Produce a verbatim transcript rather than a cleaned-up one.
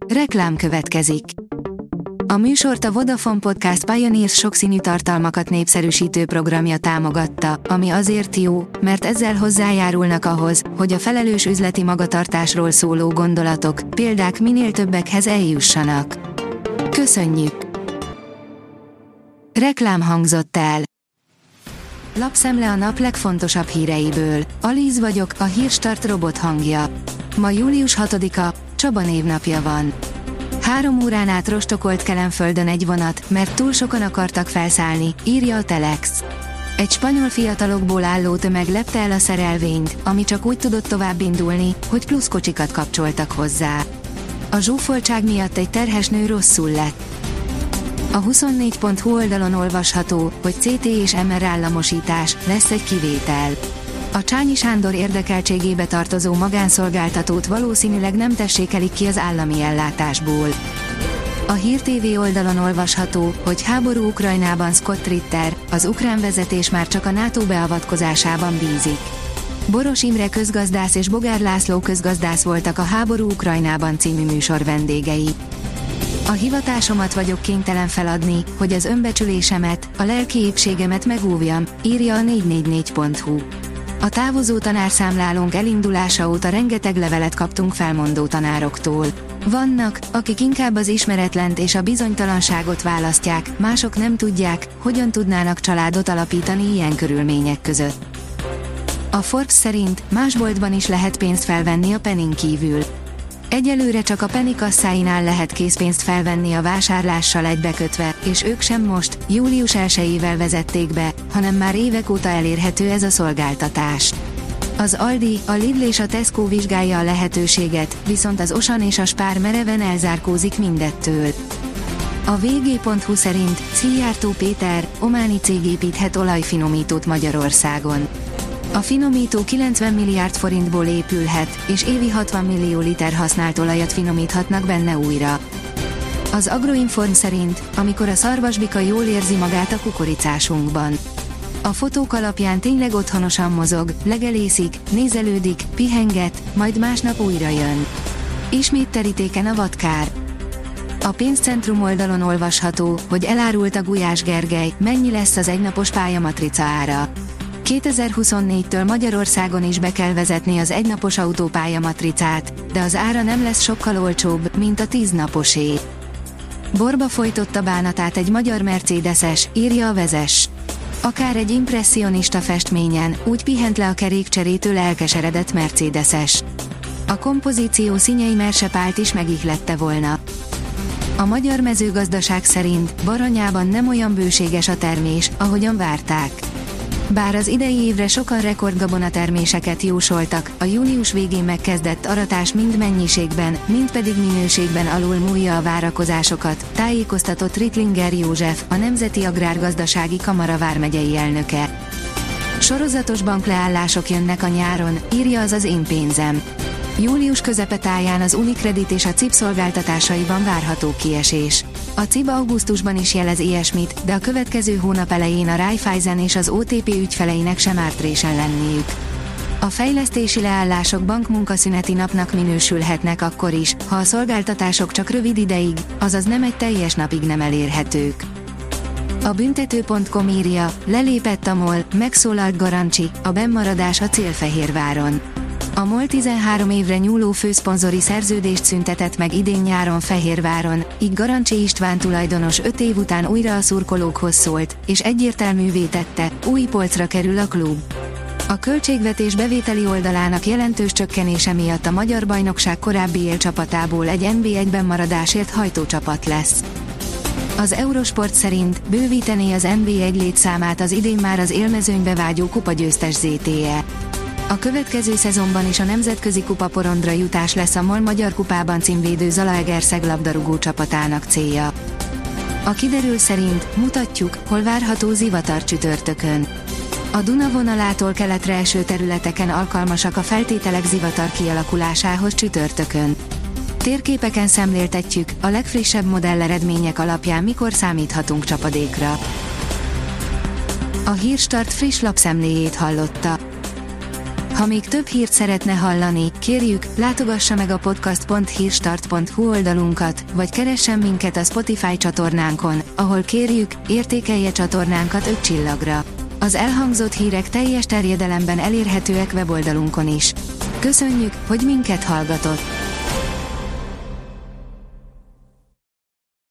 Reklám következik. A műsort a Vodafone Podcast Pioneers sokszínű tartalmakat népszerűsítő programja támogatta, ami azért jó, mert ezzel hozzájárulnak ahhoz, hogy a felelős üzleti magatartásról szóló gondolatok, példák minél többekhez eljussanak. Köszönjük! Reklám hangzott el. Lapszemle a nap legfontosabb híreiből. Alíz vagyok, a Hírstart robot hangja. Ma július hatodika, Csaba névnapja van. Három órán át rostokolt Kelenföldön egy vonat, mert túl sokan akartak felszállni, írja a Telex. Egy spanyol fiatalokból álló tömeg lepte el a szerelvényt, ami csak úgy tudott tovább indulni, hogy plusz kocsikat kapcsoltak hozzá. A zsúfoltság miatt egy terhes nő rosszul lett. A huszonnégy pont hu oldalon olvasható, hogy cé té és em er államosítás, lesz egy kivétel. A Csányi Sándor érdekeltségébe tartozó magánszolgáltatót valószínűleg nem tessékelik ki az állami ellátásból. A Hír té vé oldalon olvasható, hogy háború Ukrajnában Scott Ritter, az ukrán vezetés már csak a NATO beavatkozásában bízik. Boros Imre közgazdász és Bogár László közgazdász voltak a Háború Ukrajnában című műsor vendégei. A hivatásomat vagyok kénytelen feladni, hogy az önbecsülésemet, a lelki épségemet megóvjam, írja a négy négy négy pont hu. A távozó tanárszámlálónk elindulása óta rengeteg levelet kaptunk felmondó tanároktól. Vannak, akik inkább az ismeretlent és a bizonytalanságot választják, mások nem tudják, hogyan tudnának családot alapítani ilyen körülmények között. A Forbes szerint más boltban is lehet pénzt felvenni a Penny-n kívül. Egyelőre csak a Penny kasszáinál lehet készpénzt felvenni a vásárlással egybekötve, és ők sem most, július elsejével vezették be, hanem már évek óta elérhető ez a szolgáltatás. Az Aldi, a Lidl és a Tesco vizsgálja a lehetőséget, viszont az Osan és a Spár mereven elzárkózik mindettől. A vé gé pont hu szerint Szijjártó Péter, ománi cég építhet olajfinomítót Magyarországon. A finomító kilencven milliárd forintból épülhet, és évi hatvan millió liter használt olajat finomíthatnak benne újra. Az Agroinform szerint, amikor a szarvasbika jól érzi magát a kukoricásunkban. A fotók alapján tényleg otthonosan mozog, legelészik, nézelődik, pihenget, majd másnap újra jön. Ismét terítéken a vadkár. A pénzcentrum oldalon olvasható, hogy elárult a Gulyás Gergely, mennyi lesz az egynapos pályamatrica ára. kétezer-huszonnégytől Magyarországon is be kell vezetni az egynapos autópályamatricát, de az ára nem lesz sokkal olcsóbb, mint a tíznaposé. Borba folytotta bánatát egy magyar mercedeses, írja a Vezess. Akár egy impresszionista festményen, úgy pihent le a kerékcserétől elkeseredett mercedeses. A kompozíció Szinyei Mersepált is megihlette volna. A magyar mezőgazdaság szerint Baranyában nem olyan bőséges a termés, ahogyan várták. Bár az idei évre sokan rekordgabonaterméseket jósoltak, a június végén megkezdett aratás mind mennyiségben, mind pedig minőségben alul múlja a várakozásokat, tájékoztatott Rittlinger József, a Nemzeti Agrárgazdasági Kamara vármegyei elnöke. Sorozatos bankleállások jönnek a nyáron, írja az az Én pénzem. Július közepetáján az Unicredit és a cé i bé szolgáltatásaiban várható kiesés. A cé i bé augusztusban is jelez ilyesmit, de a következő hónap elején a Raiffeisen és az o té pé ügyfeleinek sem árt résen lenniük. A fejlesztési leállások bankmunkaszüneti napnak minősülhetnek akkor is, ha a szolgáltatások csak rövid ideig, azaz nem egy teljes napig nem elérhetők. A büntető pont com írja, lelépett a MOL, megszólalt Garancsi, a bennmaradás a Célfehérváron. A MOL tizenhárom évre nyúló főszponzori szerződést szüntetett meg idén nyáron Fehérváron, így Garancsi István tulajdonos öt év után újra a szurkolókhoz szólt, és egyértelművé tette, új polcra kerül a klub. A költségvetés bevételi oldalának jelentős csökkenése miatt a magyar bajnokság korábbi élcsapatából egy en bé egy bennmaradásért hajtó csapat lesz. Az Eurosport szerint bővítené az en bé egy létszámát az idén már az élmezőnybe vágyó kupagyőztes zé té e. A következő szezonban is a nemzetközi kupaporondra jutás lesz a MOL Magyar Kupában címvédő Zalaegerszeg labdarúgó csapatának célja. A kiderül szerint mutatjuk, hol várható zivatar csütörtökön. A Duna vonalától keletre eső területeken alkalmasak a feltételek zivatar kialakulásához csütörtökön. Térképeken szemléltetjük, a legfrissebb modelleredmények alapján mikor számíthatunk csapadékra. A Hírstart friss lapszemléjét hallotta. Ha még több hírt szeretne hallani, kérjük, látogassa meg a podcast pont hírstart pont hu oldalunkat, vagy keressen minket a Spotify csatornánkon, ahol kérjük, értékelje csatornánkat öt csillagra. Az elhangzott hírek teljes terjedelemben elérhetőek weboldalunkon is. Köszönjük, hogy minket hallgatott!